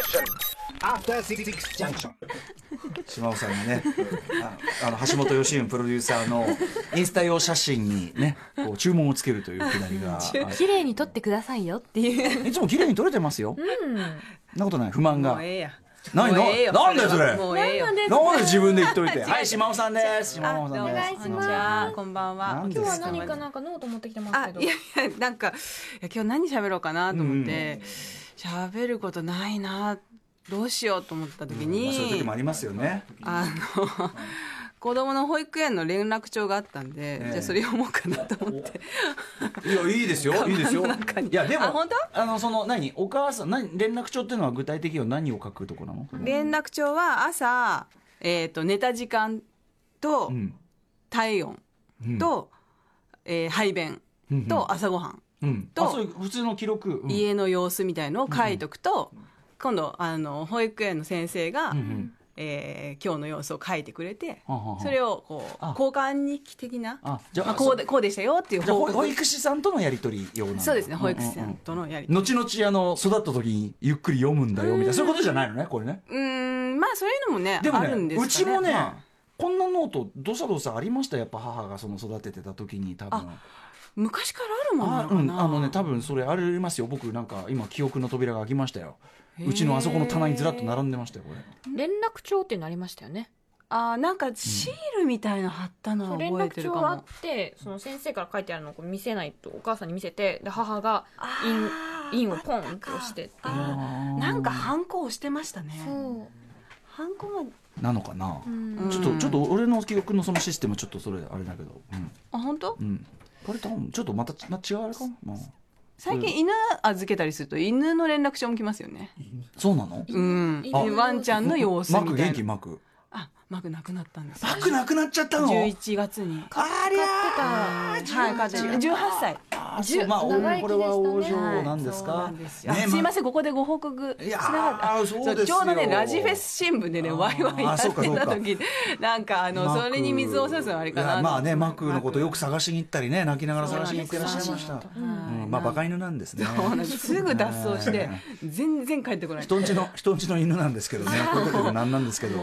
After Six Junction。 島尾さんがね橋本良文プロデューサーのインスタ用写真にねこう注文をつけるというくだりが綺麗に撮ってくださいよっていういつも綺麗に撮れてますよ、そんなことない不満がもうええや。 ないのなんだよそれもうええよ。 なんで自分で言っといてはい島尾さんです島尾さんですお願いしますじゃあこんばんは。 なんで今日すかは何かなんかノート持ってきてますけどいやなんか今日何喋ろうかなと思って喋ることないなどうしようと思った時に、 そういう時もありますよね。 子供の保育園の連絡帳があったんで、じゃあそれ読もうかなと思って。 いやいいですよいいですよ。いやでも本当？ そのお母さん連絡帳っていうのは具体的には何を書くとこなの？ 連絡帳は朝寝た時間と体温と排便と朝ごはんとそういう普通の記録、 家の様子みたいのを書いとくと、今度保育園の先生が、今日の様子を書いてくれて、それをこう交換日記的な、 じゃあこうでしたよっていう報告。 保育士さんとのやり取り用なんだ。 そうですね、保育士さんとのやり取り。 後々育った時にゆっくり読むんだよみたいなそういうことじゃないのねこれね。 まあそういうのもねでもあるんでねすかね。 うちもね、こんなノートどさありました。やっぱ母が育ててた時に多分昔からあるもんなのかな。 多分それありますよ。僕なんか今記憶の扉が開きましたよ。うちのあそこの棚にずらっと並んでましたよこれ。 連絡帳っていうのありましたよね。 なんかシールみたいな貼ったのは連覚え絡帳あってるかも。 てその先生から書いてあるのをこう見せないとお母さんに見せてで母が印をポンって押してっていうなんかハンコ押してましたね。 そうハンコがなのかな。ちょっと俺の記憶のそのシステムちょっとそれあれだけど、 本当？ これ多分ちょっとまた違うあれかな。 最近犬預けたりすると犬の連絡帳も来ますよね。 そうなの？ ワンちゃんの様子みたいな。 マク元気マク。 マクなくなったんです。 マクなくなっちゃったの ？11月に。 ありゃはい、買って18歳。 これは王女なんですか？ すいません、ここでご報告しなかった。ちょうどね、ラジフェス新聞でね、ワイワイやってた時なんかそれに水を差すのはあれかな。 まあね、マクのことよく探しに行ったりね、泣きながら探しに行ってらっしゃいました。まあバカ犬なんですね。 すぐ脱走して全然帰ってこない。 人んちの犬なんですけどね。こういうことでなんなんですけど。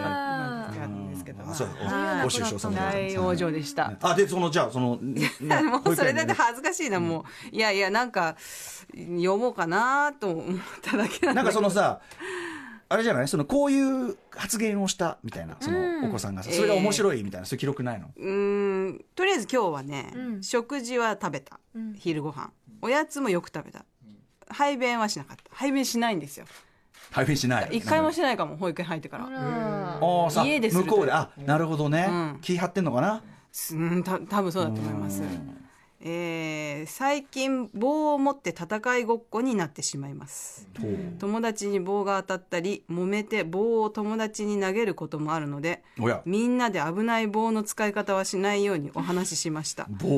そう、ご愁傷様大往生でした。 でじゃあもうそれだって恥ずかしいな。もういやなんか読もうかなと思っただけなんだけど。 なんかさあれじゃないこういう発言をしたみたいなお子さんがそれが面白いみたいなそういう記録ないの？ とりあえず今日はね食事は食べた。昼ご飯おやつもよく食べた。排便はしなかった。排便しないんですよ。 排便しない。 一回もしないかも。保育園入ってから家でする向こうでなるほどね。気張ってんのかな。 多分そうだと思います。最近棒を持って戦いごっこになってしまいます。友達に棒が当たったり揉めて棒を友達に投げることもあるのでみんなで危ない棒の使い方はしないようにお話ししました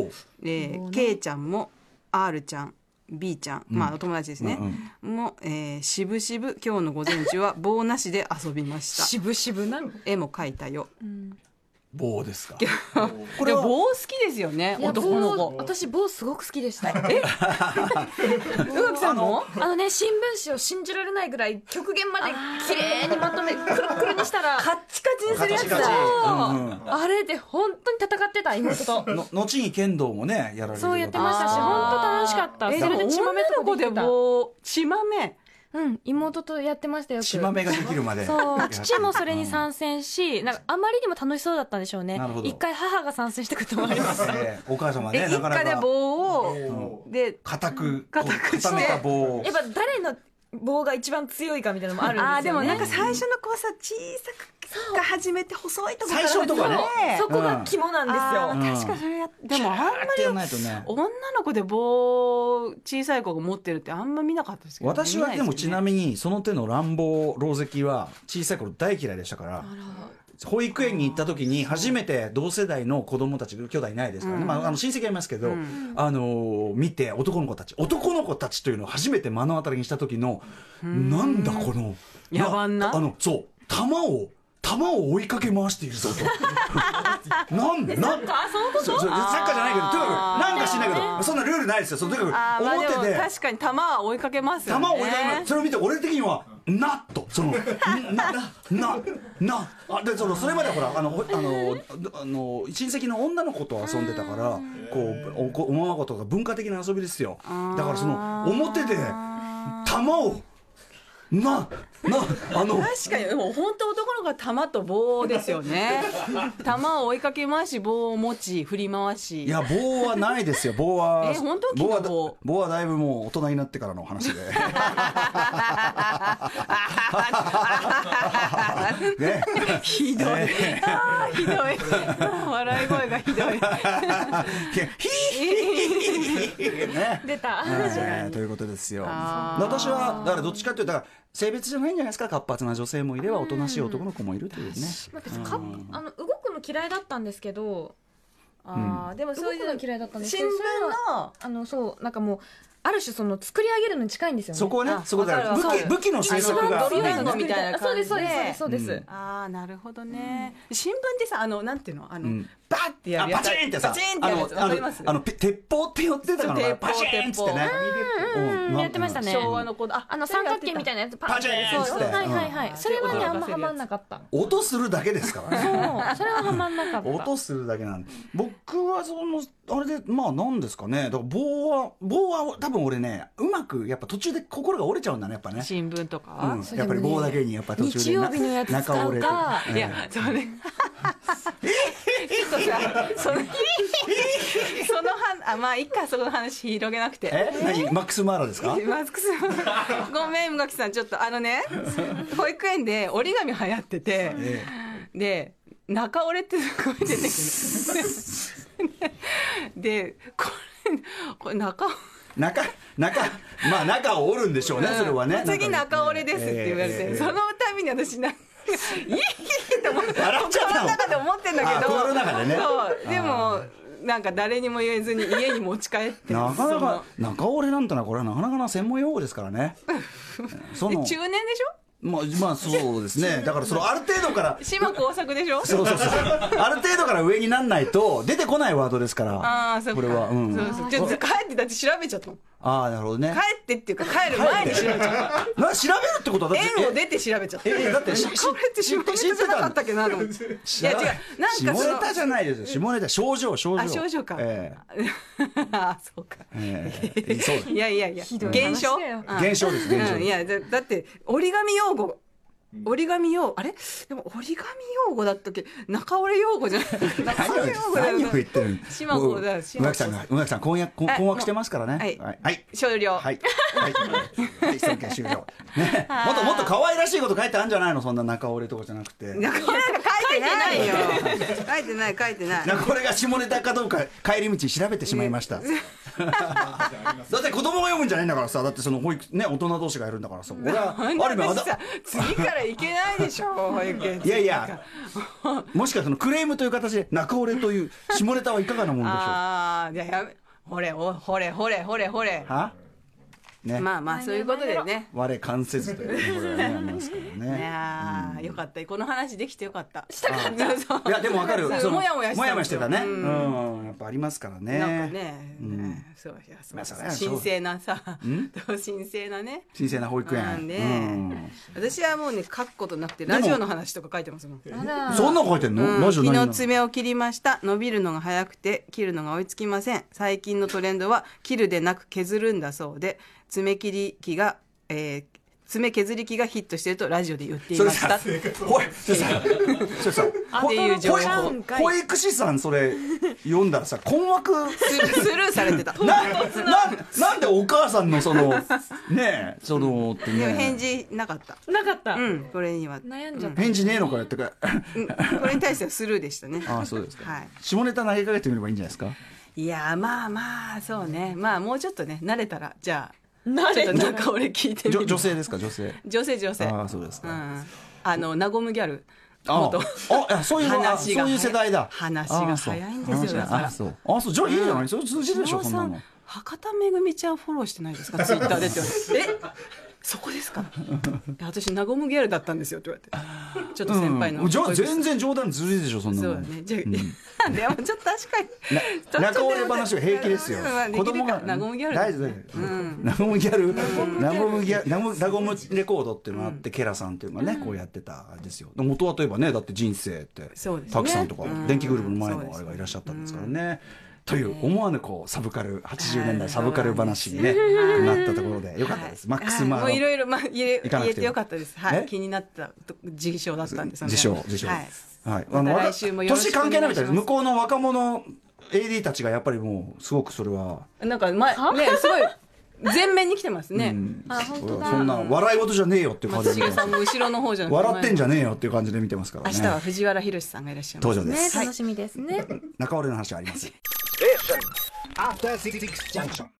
。K ちゃんも R ちゃんB ちゃん、お友達ですね、もしぶしぶ今日の午前中は棒なしで遊びました。 しぶしぶなの。 絵も描いたよ。 棒ですか。 これ棒好きですよね、男の子。 私棒すごく好きでした。 宇垣さんも新聞紙を信じられないぐらい極限まで綺麗にまとめくるくるにしたらカッチカチにするやつだ。 あれで本当に戦ってた妹と。 後に剣道もねやられる。 そうやってましたし本当楽しかった。 でも女の子で棒血豆妹とやってましたよ。 血豆ができるまで。 そう父もそれに参戦しなんかあまりにも楽しそうだったんでしょうね。一回母が参戦したこともあります。 お母様ね一家で棒を固めた棒をやっぱ誰の棒が一番強いかみたいなのもあるんですよね。 でもなんか最初の子はさ小さくが始めて細いところから最初とかねそこが肝なんですよ。 確かそれでもあんまり女の子で棒小さい子が持ってるってあんま見なかったですけど。 私はでもちなみにその手の乱暴狼藉は小さい頃大嫌いでしたから。保育園に行った時に初めて同世代の子供たち兄弟いないですからね、親戚はいますけど、見て男の子たちというのを初めて目の当たりにした時のなんだこの野蛮なそう球を追いかけ回しているぞとなんでなんかそういうことサッカーじゃないけどとにかくなんかしないけどそんなルールないですよ。とにかく表で確かに球は追いかけますよね。 球を追いかけます。それを見て俺的にはなとそのでそれまでほら親戚の女の子と遊んでたからこうおままごとが文化的な遊びですよ。だからその表で玉を確かにでも本当男の子は玉と棒ですよね。玉を追いかけ回し棒を持ち振り回し。 いや棒はないですよ。棒は本当棒はだいぶもう大人になってからの話でね、 ひどい、ひどい、笑い声がひどい出た、 ということですよ。私はだからどっちかっていうと性別じゃないんじゃないですか。活発な女性もいればおとなしい男の子もいるというね。 動くの嫌いだったんですけど、 でもそういう動くの嫌いだったんですけど、 新聞のそうなんかもうある種その作り上げるのに近いんですよね。 そこはね、そこだ武器の性格がドリルのみたいな感じで。 そうです。 ああなるほどね。新聞ってさなんていうのバッてやるやつ。 パチンってさ、 パチンってやるやつわかります？ 鉄砲って寄ってたからパチンってね。 やってましたね。 昭和の子三角形みたいなやつパチンって。 はい。それはねあんまハマんなかった。 音するだけですからね。 それはハマんなかった。 音するだけなんで。僕はそのあれでなんですかね。だから棒は多分俺ねうまくやっぱ途中で心が折れちゃうんだねやっぱね。 新聞とか。 やっぱり棒だけにやっぱ途中で日曜日のやつ使うか。 いやそれ。ちょっとさそのまあいいかその話広げなくて。 何マックスマーラですか？ マックスごめん宇垣さんちょっと保育園で折り紙流行ってて、で中折れってすごい出てくるでこれ中を折るんでしょうね、それはね。 次中折れですって言われて、そのたびに私いいって思って笑っちゃったの。 心の中で思ってんだけど、 心の中でね。 そうでもなんか誰にも言えずに家に持ち帰ってなかなか中折れなんてのはこれはなかなかな専門用語ですからね。 中年でしょ？ まあそうですね。だからそのある程度から島工作でしょ。 そうある程度から上になんないと出てこないワードですから。 そうこれはそうちょっと帰ってだって調べちゃったの。 なるほどね。 帰ってっていうか帰る前に調べちゃった。 調べるってことはだって園を出て調べちゃった。 だって中折れって下ネタじゃなかったっけなと思って。いや違うなんか下ネタじゃないですよ。下ネタ症状。 症状か。そうか。いや現象です。いやだって折り紙用語。あれでも折り紙用語だったっけ？中折れ用語じゃない。中折れ用語だよね。 何を言ってるの？ 島子だ。 宇垣さん困惑してますからね。はい。 終了。 はい。宣言終了。ね。もっと可愛らしいこと書いてあるんじゃないの？そんな中折れとかじゃなくて。 中折れ書いてないよ。書いてない。 これが下ネタかどうか帰り道調べてしまいました。だって子供が読むんじゃないんだからさ。だってその保育ね大人同士がやるんだからさ。俺はある意味次からいけないでしょ保育園。 いやもしかそのクレームという形で中折れという下ネタはいかがなものでしょう。 やめほれはね、まあそういうことでね我関せずというところがねありますからね。 いやよかったこの話できてよかった。 いやでもわかる。 もやもやしてたね。やっぱありますからね。 なんかねそう神聖なさ神聖な保育園。 私はもうね書くことなくてラジオの話とか書いてますもん。 そんな書いてんの？ラジオ昨日爪を切りました。伸びるのが早くて切るのが追いつきません。最近のトレンドは切るでなく削るんだそうで、爪削り機がヒットしてるとラジオで言っていました。それさ保育士さんそれ読んだらさ困惑スルーされてた。 なんでお母さんのそのねそのってね返事なかった。これには悩んじゃった。 返事ねえのかよってかこれに対してはスルーでしたね。 そうですか。下ネタ投げかけてみればいいんじゃないですか。 いやまあそうね。まあもうちょっとね慣れたらじゃあちょっとなんか俺聞いてみる。 女性ですか？女性。 そうですか。なごむギャル。 そういう世代だ。 話が早いんですよ。 そう。じゃあいいじゃない。それ通じるでしょそんなの。 博多めぐみちゃんフォローしてないですか？ツイッターでって言われて。 そこですか私ナゴムギャルだったんですよって言われて、ちょっと先輩の、 じゃあ全然冗談ずるいでしょそんなの。 そうだね、じゃあ、でもちょっと確かに中折れ話は平気ですよ。子供がナゴムギャル大丈夫、ナゴムギャル、ナゴムレコードっていうのがあって、ケラさんっていうのがねこうやってたんですよ。元はといえばね、だって人生ってタキさんとか電気グループの前のあれがいらっしゃったんですからね。という思わぬこうサブカル80年代サブカル話に、ねなったところでよかったです。マックスマーもういろいろ言えてよかったです。はい、 ね気になった事象だったんです。 自称はい。 また来週もよろしくお願いします。 年関係ないみたいです。向こうの若者 AD たちがやっぱりもうすごくそれはなんかねすごい全面に来てますね。 本当だ。 そんな笑い事じゃねえよっていう感じで松重さんも後ろの方じゃなくて笑ってんじゃねえよっていう感じで見てますからね。 明日は藤原宏さんがいらっしゃいます。 登場です。 楽しみですね。 中折れの話はありません。 After 66 junction.